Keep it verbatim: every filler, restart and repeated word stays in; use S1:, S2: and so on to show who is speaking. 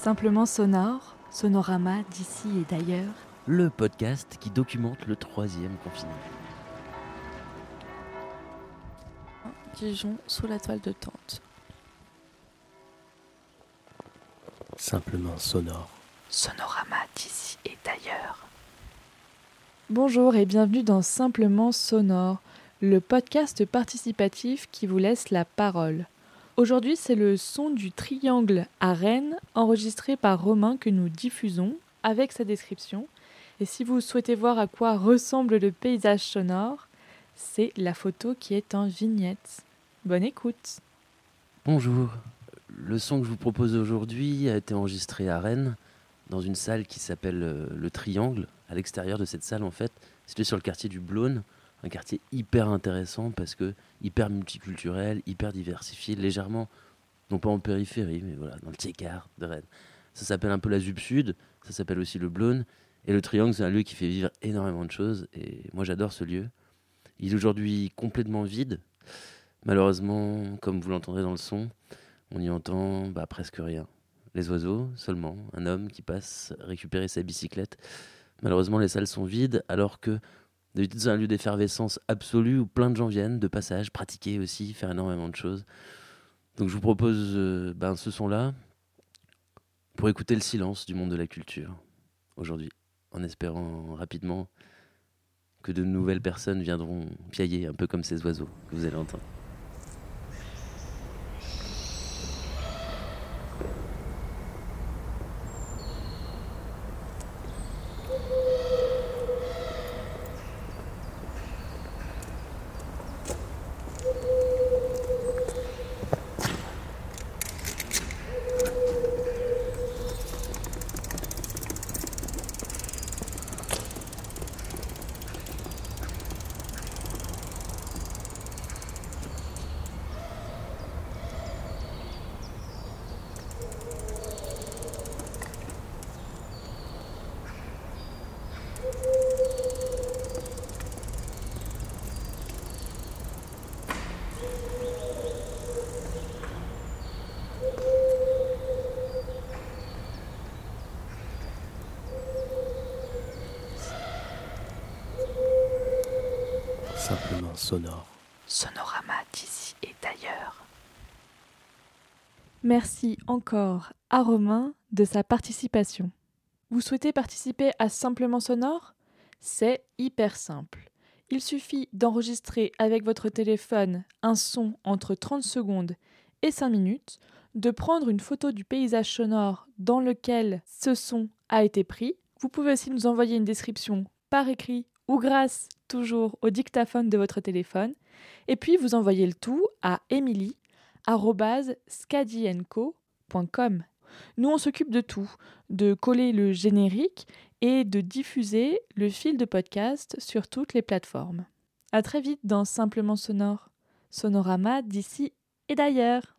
S1: Simplement sonore, sonorama d'ici et d'ailleurs.
S2: Le podcast qui documente le troisième confinement.
S1: Dijon sous la toile de tente.
S2: Simplement sonore.
S1: Sonorama d'ici et d'ailleurs. Bonjour et bienvenue dans Simplement sonore, le podcast participatif qui vous laisse la parole. Aujourd'hui, c'est le son du triangle à Rennes, enregistré par Romain, que nous diffusons avec sa description. Et si vous souhaitez voir à quoi ressemble le paysage sonore, c'est la photo qui est en vignette. Bonne écoute.
S2: Bonjour. Le son que je vous propose aujourd'hui a été enregistré à Rennes, dans une salle qui s'appelle euh, Le Triangle. À l'extérieur de cette salle, en fait, située sur le quartier du Blône, un quartier hyper intéressant parce que hyper multiculturel, hyper diversifié, légèrement, non pas en périphérie, mais voilà, dans le tiers-quart de Rennes. Ça s'appelle un peu la Zup Sud, ça s'appelle aussi le Blône, et le Triangle, c'est un lieu qui fait vivre énormément de choses, et moi j'adore ce lieu. Il est aujourd'hui complètement vide. Malheureusement, comme vous l'entendrez dans le son, on y entend bah, presque rien. Les oiseaux seulement, un homme qui passe récupérer sa bicyclette. Malheureusement, les salles sont vides, alors que d'habitude, c'est un lieu d'effervescence absolue où plein de gens viennent de passage, pratiquer aussi, faire énormément de choses. Donc je vous propose euh, ben, ce son-là pour écouter le silence du monde de la culture aujourd'hui, en espérant rapidement que de nouvelles personnes viendront piailler, un peu comme ces oiseaux que vous allez entendre. Simplement sonore.
S1: Sonorama d'ici et d'ailleurs. Merci encore à Romain de sa participation. Vous souhaitez participer à Simplement sonore ? C'est hyper simple. Il suffit d'enregistrer avec votre téléphone un son entre trente secondes et cinq minutes, de prendre une photo du paysage sonore dans lequel ce son a été pris. Vous pouvez aussi nous envoyer une description par écrit ou grâce toujours au dictaphone de votre téléphone. Et puis vous envoyez le tout à emily arobase skadienco point com. Nous, on s'occupe de tout, de coller le générique et de diffuser le fil de podcast sur toutes les plateformes. À très vite dans Simplement sonore, sonorama d'ici et d'ailleurs.